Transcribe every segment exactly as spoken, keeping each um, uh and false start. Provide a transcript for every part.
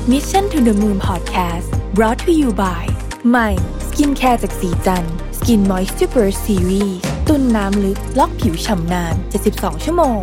Mission to the Moon Podcast brought to you by ใหม่สกินแคร์จากสีจันทร์ Skin Moisture Burst Series ตุ้นน้ำลึกล็อกผิวฉ่ำนานเจ็ดสิบสองชั่วโมง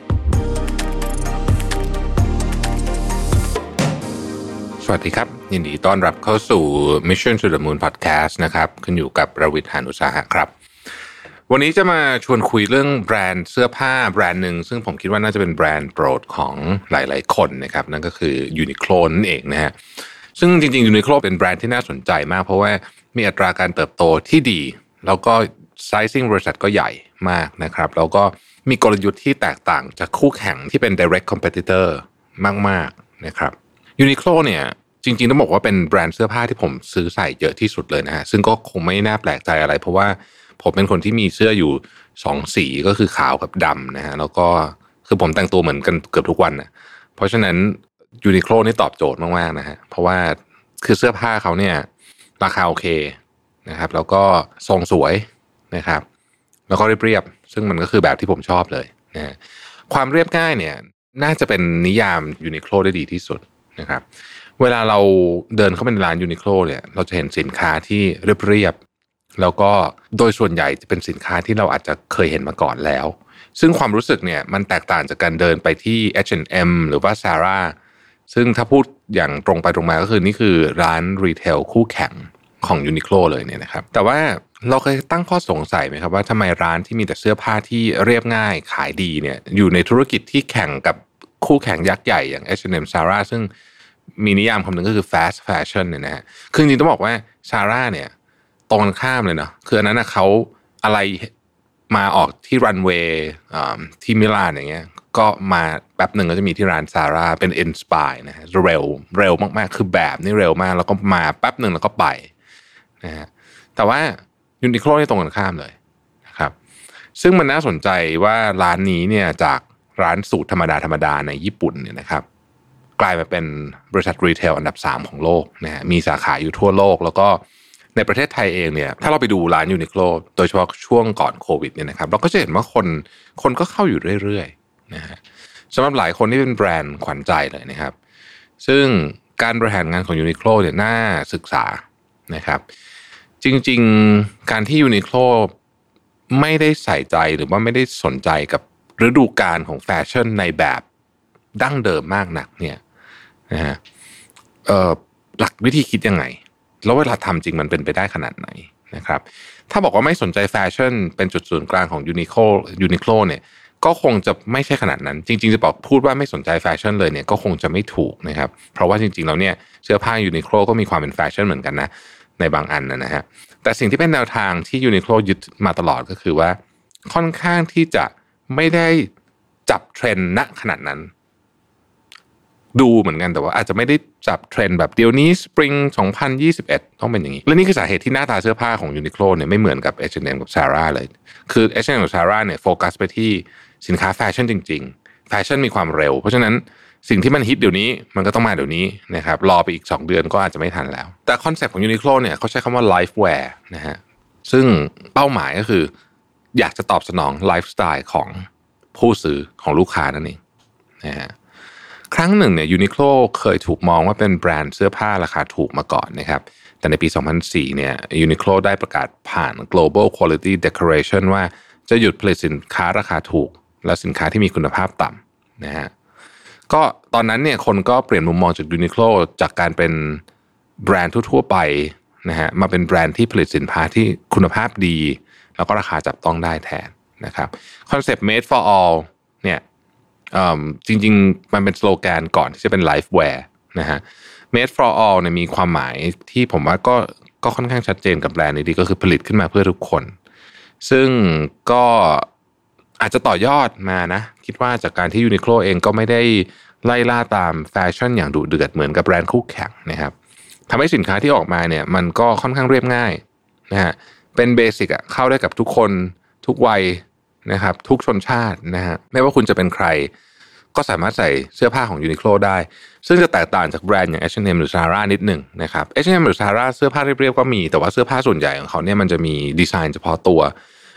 สวัสดีครับยินดีต้อนรับเข้าสู่ Mission to the Moon Podcast นะครับขึ้นอยู่กับประวิทย์ หาญอุตสาหะครับวันนี้จะมาชวนคุยเรื่องแบรนด์เสื้อผ้าแบรนด์หนึ่งซึ่งผมคิดว่าน่าจะเป็นแบรนด์โปรดของหลายๆคนนะครับนั่นก็คือ Uniqlo นั่นเองนะฮะซึ่งจริงๆ Uniqlo เป็นแบรนด์ที่น่าสนใจมากเพราะว่ามีอัตราการเติบโตที่ดีแล้วก็ sizing บริษัทก็ใหญ่มากนะครับแล้วก็มีกลยุทธ์ที่แตกต่างจากคู่แข่งที่เป็น direct competitor มากๆนะครับUniqlo เนี่ยจริงๆต้องบอกว่าเป็นแบรนด์เสื้อผ้าที่ผมซื้อใส่เยอะที่สุดเลยนะฮะซึ่งก็คงไม่น่าแปลกใจอะไรเพราะว่าผมเป็นคนที่มีเสื้ออยู่สองสีก็คือขาวกับดำนะฮะแล้วก็คือผมแต่งตัวเหมือนกันเกือบทุกวันนะเพราะฉะนั้น Uniqlo นี่ตอบโจทย์มากๆนะฮะเพราะว่าคือเสื้อผ้าเขาเนี่ยราคาโอเคนะครับแล้วก็ทรงสวยนะครับแล้วก็เรียบๆซึ่งมันก็คือแบบที่ผมชอบเลยนะฮะความเรียบง่ายเนี่ยน่าจะเป็นนิยาม Uniqlo ได้ดีที่สุดนะครับเวลาเราเดินเข้าไปในร้าน Uniqlo เนี่ยเราจะเห็นสินค้าที่เรียบๆแล้วก็โดยส่วนใหญ่จะเป็นสินค้าที่เราอาจจะเคยเห็นมาก่อนแล้วซึ่งความรู้สึกเนี่ยมันแตกต่างจากการเดินไปที่ เอช แอนด์ เอ็ม หรือว่า Zara ซึ่งถ้าพูดอย่างตรงไปตรงมาก็คือนี่คือร้านรีเทลคู่แข่งของ Uniqlo เลยเนี่ยนะครับแต่ว่าเราเคยตั้งข้อสงสัยไหมครับว่าทำไมร้านที่มีแต่เสื้อผ้าที่เรียบง่ายขายดีเนี่ยอยู่ในธุรกิจที่แข่งกับคู่แข่งยักษ์ใหญ่อย่าง เอช แอนด์ เอ็ม Zara ซึ่งมีนิยามคำหนึ่งก็คือ fast fashion เนี่ยนะฮะคือจริงๆต้องบอกว่า Zara เนี่ยตรงข้ามเลยเนาะคืออันนั้นนะเขาอะไรมาออกที่รันเวย์ที่มิลานอย่างเงี้ยก็มาแป๊บหนึ่งก็จะมีที่ร้าน Zara เป็น Inspire นะฮะเร็วเร็วมากๆคือแบบนี่เร็วมากแล้วก็มาแป๊บหนึ่งแล้วก็ไปนะฮะแต่ว่า Uniqlo นี่ตรงกันข้ามเลยนะครับซึ่งมันน่าสนใจว่าร้านนี้เนี่ยจากร้านสูตรธรรมดาธรรมดาในญี่ปุ่นเนี่ยนะครับกลายมาเป็นบริษัทรีเทลอันดับสามของโลกนะฮะมีสาขาอยู่ทั่วโลกแล้วก็ในประเทศไทยเองเนี่ยถ้าเราไปดูร้าน Uniqlo โดยเฉพาะช่วงก่อนโควิดเนี่ยนะครับเราก็จะเห็นว่าคนคนก็เข้าอยู่เรื่อยๆนะฮะสำหรับหลายคนที่เป็นแบรนด์ขวัญใจเลยนะครับซึ่งการบริหารงานของ Uniqlo เนี่ยน่าศึกษานะครับจริงๆการที่ Uniqlo ไม่ได้ใส่ใจหรือว่าไม่ได้สนใจกับฤดูกาลของแฟชั่นในแบบดั้งเดิมมากนักเนี่ยนะฮะเอ่อหลักวิธีคิดยังไงแล้วเวลาทำจริงมันเป็นไปได้ขนาดไหนนะครับถ้าบอกว่าไม่สนใจแฟชั่นเป็นจุดศูนย์กลางของ Uniqlo Uniqlo เนี่ยก็คงจะไม่ใช่ขนาดนั้นจริงๆจะบอกพูดว่าไม่สนใจแฟชั่นเลยเนี่ยก็คงจะไม่ถูกนะครับเพราะว่าจริงๆแล้วเนี่ยเสื้อผ้า Uniqlo ก็มีความเป็นแฟชั่นเหมือนกันนะในบางอันนะฮะแต่สิ่งที่เป็นแนวทางที่ Uniqlo ยึดมาตลอดก็คือว่าค่อนข้างที่จะไม่ได้จับเทรนด์ณขนาดนั้นดูเหมือนกันแต่ว่าอาจจะไม่ได้จับเทรนด์แบบเดี๋ยวนี้สปริงสองพันยี่สิบเอ็ดต้องเป็นอย่างนี้และนี่คือสาเหตุที่หน้าตาเสื้อผ้าของ Uniqlo เนี่ยไม่เหมือนกับ เอช แอนด์ เอ็ม กับ Zara เลยคือ เอช แอนด์ เอ็ม กับ Zara เนี่ยโฟกัสไปที่สินค้าแฟชั่นจริงๆแฟชั่นมีความเร็วเพราะฉะนั้นสิ่งที่มันฮิตเดี๋ยวนี้มันก็ต้องมาเดี๋ยวนี้นะครับรอไปอีกสองเดือนก็อาจจะไม่ทันแล้วแต่คอนเซ็ปต์ของ Uniqlo เนี่ยเขาใช้คำว่า life wear นะฮะซึ่งเป้าหมายก็คืออยากจะตอบสนองไลฟ์สไตล์ของผู้ซื้อของลูกค้านั่นเองนะฮะครั้งหนึ่งเนี่ย Uniqlo เคยถูกมองว่าเป็นแบรนด์เสื้อผ้าราคาถูกมาก่อนนะครับแต่ในปีสองพันสี่เนี่ย Uniqlo ได้ประกาศผ่าน Global Quality Declaration ว่าจะหยุดผลิตสินค้าราคาถูกและสินค้าที่มีคุณภาพต่ำนะฮะก็ตอนนั้นเนี่ยคนก็เปลี่ยนมุมมองจาก Uniqlo จากการเป็นแบรนด์ทั่วๆไปนะฮะมาเป็นแบรนด์ที่ผลิตสินค้าที่คุณภาพดีแล้วก็ราคาจับต้องได้แทนนะครับคอนเซ็ปต์ made for all เนี่ยจริงๆมันเป็นสโลแกนก่อนที่จะเป็น life wear นะฮะ made for all เนี่ยมีความหมายที่ผมว่าก็ก็ค่อนข้างชัดเจนกับแบรนด์นี้ดีก็คือผลิตขึ้นมาเพื่อทุกคนซึ่งก็อาจจะต่อยอดมานะคิดว่าจากการที่ Uniqlo เองก็ไม่ได้ไล่ล่าตามแฟชั่นอย่างดุเดือดเหมือนกับแบรนด์คู่แข่งนะครับทำให้สินค้าที่ออกมาเนี่ยมันก็ค่อนข้างเรียบง่ายนะฮะเป็นเบสิกอะเข้าได้กับทุกคนทุกวัยนะครับทุกชนชาตินะฮะไม่ว่าคุณจะเป็นใครก็สามารถใส่เสื้อผ้าของ Uniqlo ได้ซึ่งจะแตกต่างจากแบรนด์อย่าง เอช แอนด์ เอ็ม หรือ Zara นิดหนึ่งนะครับ เอช แอนด์ เอ็ม หรือ Zara เสื้อผ้าเรียบๆก็มีแต่ว่าเสื้อผ้าส่วนใหญ่ของเขาเนี่ยมันจะมีดีไซน์เฉพาะตัว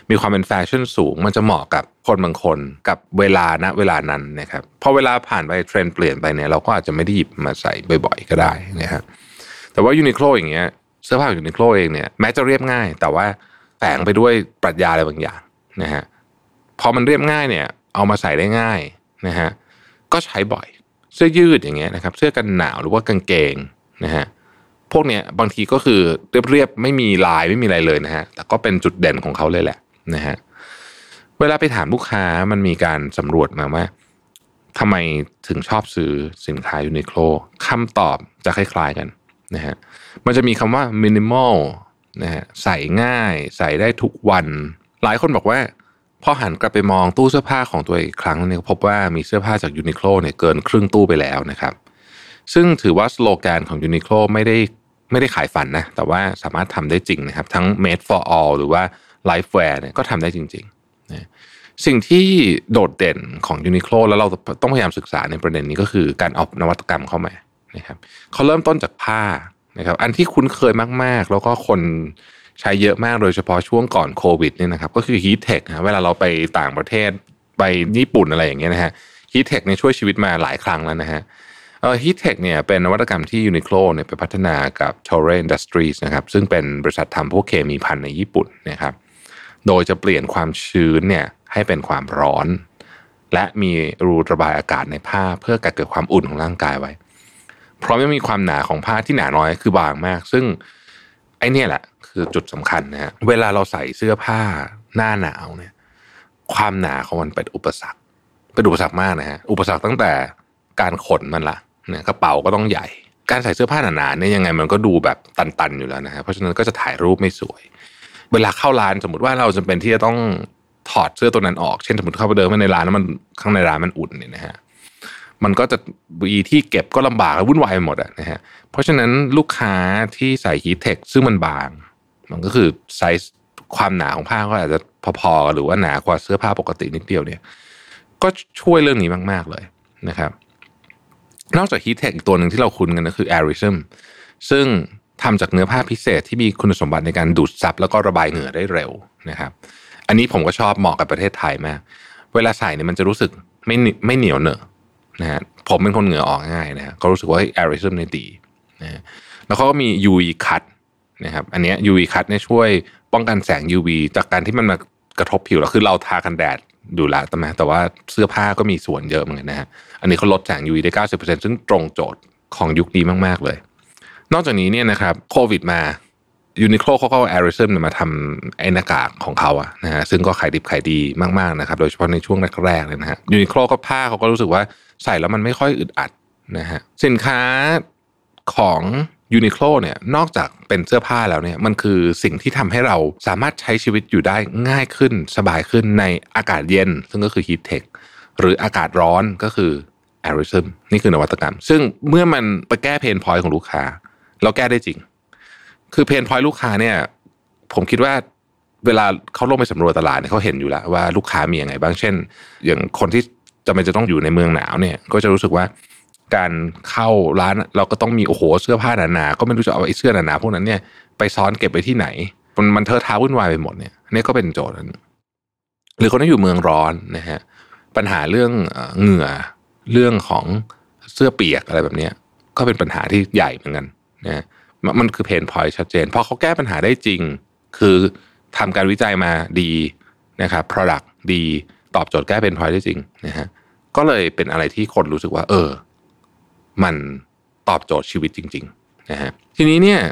มีความเป็นแฟชั่นสูงมันจะเหมาะกับคนบางคนกับเวลาณเวลานั้นนะครับพอเวลาผ่านไปเทรนด์เปลี่ยนไปเนี่ยเราก็อาจจะไม่ได้หยิบมาใส่บ่อยๆก็ได้นะครับแต่ว่า Uniqlo อย่างเงี้ยเสื้อผ้าของ Uniqlo เองเนี่ยแม้จะเรียบง่ายแต่ว่าแฝงไปด้วยปรัชญาอะไรบางอย่างนะฮะพอมันเรียบง่ายเนี่ยเอามาใส่ได้ง่ายนะฮะก็ใช้บ่อยเสื้อยืดอย่างเงี้ยนะครับเสื้อกันหนาวหรือว่ากางเกงนะฮะพวกเนี้ยบางทีก็คือเรียบๆไม่มีลายไม่มีอะไรเลยนะฮะแต่ก็เป็นจุดเด่นของเขาเลยแหละนะฮะเวลาไปถามลูกค้ามันมีการสำรวจมาว่าทำไมถึงชอบซื้อสินค้า Uniqlo คำตอบจะคล้ายๆกันนะฮะมันจะมีคำว่า minimal นะฮะใส่ง่ายใส่ได้ทุกวันหลายคนบอกว่าพอหันกลับไปมองตู้เสื้อผ้าของตัวเองอีกครั้งนึงพบว่ามีเสื้อผ้าจาก Uniqlo เนี่ยเกินครึ่งตู้ไปแล้วนะครับซึ่งถือว่าสโลแกนของ Uniqlo ไม่ได้ไม่ได้ขายฝันนะแต่ว่าสามารถทำได้จริงนะครับทั้ง made for all หรือว่า lifewear เนี่ยก็ทำได้จริงๆนะสิ่งที่โดดเด่นของ Uniqlo แล้วเราต้องพยายามศึกษาในประเด็นนี้ก็คือการเอานวัตกรรมเข้ามานะครับเขาเริ่มต้นจากผ้านะครับอันที่คุ้นเคยมากๆแล้วก็คนใช้เยอะมากโดยเฉพาะช่วงก่อนโควิดเนี่ยนะครับก็คือ Heat Tech นะเวลาเราไปต่างประเทศไปญี่ปุ่นอะไรอย่างเงี้ยนะฮะ Heat Tech เนี่ยช่วยชีวิตมาหลายครั้งแล้วนะฮะเอ่อ Heat Tech เนี่ยเป็นนวัตกรรมที่ Uniqlo เนี่ยไปพัฒนากับ Toray Industries นะครับซึ่งเป็นบริษัททำพวกเคมีภัณฑ์ในญี่ปุ่นนะครับโดยจะเปลี่ยนความชื้นเนี่ยให้เป็นความร้อนและมีรูระบายอากาศในผ้าเพื่อกักเก็บความอุ่นของร่างกายไว้เพราะยังมีความหนาของผ้าที่หนาน้อยคือบางมากซึ่งไอ้นี่แหละคือจุดสำคัญนะฮะเวลาเราใส่เสื้อผ้าหน้าหนาวเนี่ยความหนาของมันเป็นอุปสรรคเป็นอุปสรรคมากนะฮะอุปสรรคตั้งแต่การขนมันละเนี่ยกระเป๋าก็ต้องใหญ่การใส่เสื้อผ้าหนาๆเนี่ยยังไงมันก็ดูแบบตันๆอยู่แล้วนะฮะเพราะฉะนั้นก็จะถ่ายรูปไม่สวยเวลาเข้าร้านสมมติว่าเราจำเป็นที่จะต้องถอดเสื้อตัวนั้นออกเช่นสมมติเข้าไปเดินในร้านแล้วมันข้างในร้านมันอุ่นเนี่ยนะฮะมันก็จะมีที่เก็บก็ลำบากและวุ่นวายไปหมดอะนะฮะเพราะฉะนั้นลูกค้าที่ใส่ Heat Tech ซึ่งมันบางมันก็คือไซส์ความหนาของผ้าก็อาจจะพอๆหรือว่าหนากว่าเสื้อผ้าปกตินิดเดียวเนี่ยก็ช่วยเรื่องนี้มากๆเลยนะครับนอกจาก Heat Tech อีกตัวหนึ่งที่เราคุ้นกันก็คือ Aerism ซึ่งทำจากเนื้อผ้าพิเศษที่มีคุณสมบัติในการดูดซับแล้วก็ระบายเหงื่อได้เร็วนะครับอันนี้ผมก็ชอบเหมาะกับประเทศไทยมากเวลาใส่เนี่ยมันจะรู้สึกไม่ไม่เหนียวเหนอะนะฮะผมเป็นคนเหงื่อออกง่ายนะฮะก็รู้สึกว่า Aerism เนี่ยดีนะฮะแล้วเขาก็มี ยู วี Cut นะครับอันเนี้ย ยู วี Cut เนี่ยช่วยป้องกันแสง ยู วี จากการที่มันมากระทบผิวเราคือเราทากันแดดอยู่แล้วแต่แต่ว่าเสื้อผ้าก็มีส่วนเยอะเหมือนกันนะฮะอันนี้เขาลดแสง ยู วี ได้ เก้าสิบเปอร์เซ็นต์ ซึ่งตรงโจทย์ของยุคนี้มากๆเลยนอกจากนี้เนี่ยนะครับโควิดมาUniqlo เขาก็เอา Aerism มาทำไอ้หน้ากากของเขาอะนะฮะซึ่งก็ขายดิบขายดีมากๆนะครับโดยเฉพาะในช่วงแรกๆเลยนะฮะ Uniqlo ก็ผ้าเขาก็รู้สึกว่าใส่แล้วมันไม่ค่อยอึดอัดนะฮะสินค้าของ Uniqlo เนี่ยนอกจากเป็นเสื้อผ้าแล้วเนี่ยมันคือสิ่งที่ทำให้เราสามารถใช้ชีวิตอยู่ได้ง่ายขึ้นสบายขึ้นในอากาศเย็นซึ่งก็คือ Heat Tech หรืออากาศร้อนก็คือ Aerism นี่คือนวัตกรรมซึ่งเมื่อมันไปแก้เพนพอยต์ของลูกค้าเราแก้ได้จริงคือเพนพอยต์ลูกค้าเนี่ยผมคิดว่าเวลาเขาลงไปสำรวจตลาดเนี่ยเขาเห็นอยู่แล้วว่าลูกค้ามียังไงบ้างเช่นอย่างคนที่จำเป็นจะต้องอยู่ในเมืองหนาวเนี่ยก็จะรู้สึกว่าการเข้าร้านเราก็ต้องมีโอ้โหเสื้อผ้าหนาๆก็ไม่รู้จะเอาไอ้เสื้อหนาๆพวกนั้นเนี่ยไปซ้อนเก็บไว้ที่ไหนมันมันเทอะทะวุ่นวายไปหมดเนี่ยนี่ก็เป็นโจทย์นึงหรือคนที่อยู่เมืองร้อนนะฮะปัญหาเรื่องเหงื่อเรื่องของเสื้อเปียกอะไรแบบนี้ก็เป็นปัญหาที่ใหญ่เหมือนกันนะมันคือเพนพอยต์ชัดเจนพอเขาแก้ปัญหาได้จริงคือทำการวิจัยมาดีนะครับ product ดีตอบโจทย์แก้เพนพอยต์ได้จริงนะฮะก็เลยเป็นอะไรที่คนรู้สึกว่าเออมันตอบโจทย์ชีวิตจริงๆนะฮะทีนี้เนี่ย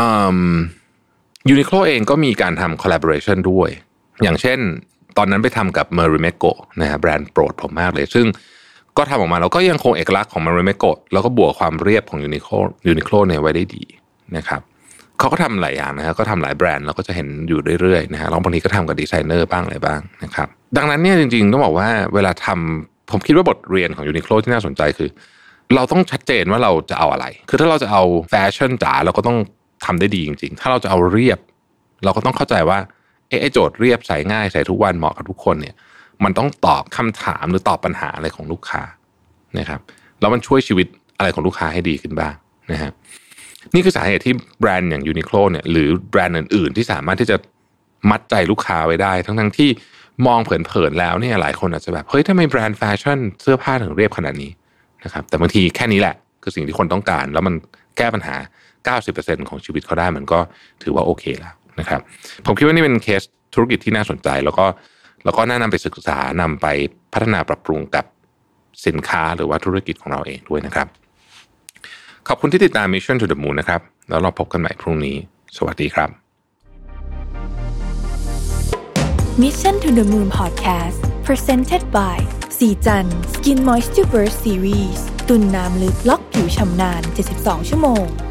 Uniqlo เองก็มีการทำ collaboration ด้วยอย่างเช่นตอนนั้นไปทำกับ Marimekko นะฮะแบรนด์โปรดผมมากเลยซึ่งก็ทำออกมาแล้วก็ยังคงเอกลักษณ์ของ Marimekko แล้วก็บวกความเรียบของ Uniqlo Uniqlo เนี่ยไว้ได้ดีนะครับเขาก็ทำหลายอย่างนะฮะก็ทำหลายแบรนด์เราก็จะเห็นอยู่เรื่อยๆนะฮะแล้วบางทีก็ทำกับดีไซเนอร์บ้างอะไรบ้างนะครับดังนั้นเนี่ยจริงๆต้องบอกว่าเวลาทำผมคิดว่าบทเรียนของ Uniqlo ที่น่าสนใจคือเราต้องชัดเจนว่าเราจะเอาอะไรคือถ้าเราจะเอาแฟชั่นจ๋าเราก็ต้องทำได้ดีจริงๆถ้าเราจะเอาเรียบเราก็ต้องเข้าใจว่าไอ้โจทย์เรียบใส่ง่ายใส่ทุกวันเหมาะกับทุกคนเนี่ยมันต้องตอบคำถามหรือตอบปัญหาอะไรของลูกค้านะครับแล้วมันช่วยชีวิตอะไรของลูกค้าให้ดีขึ้นบ้างนะฮะนี่คือสาเหตุที่แบรนด์อย่าง Uniqlo เนี่ยหรือแบรนด์อื่นๆที่สามารถที่จะมัดใจลูกค้าไว้ได้ทั้งๆที่มองเผินๆแล้วเนี่ยหลายคนอาจจะแบบเฮ้ยทำไมแบรนด์แฟชั่นเสื้อผ้าถึงเรียบขนาดนี้นะครับแต่บางทีแค่นี้แหละคือสิ่งที่คนต้องการแล้วมันแก้ปัญหา เก้าสิบเปอร์เซ็นต์ ของชีวิตเขาได้มันก็ถือว่าโอเคแล้วนะครับผมคิดว่านี่เป็นเคสธุรกิจที่น่าสนใจแล้วก็แล้วก็น่านำไปศึกษานำไปพัฒนาปรับปรุงกับสินค้าหรือว่าธุรกิจของเราเองด้วยนะครับขอบคุณที่ติดตาม Mission to the Moon นะครับแล้วเราพบกันใหม่พรุ่งนี้สวัสดีครับ Mission to the Moon Podcast Presented by สีจัน Skin Moisture Burst Series ตุ่นน้ำลึกล็อกผิวชำนานเจ็ดสิบสองชั่วโมง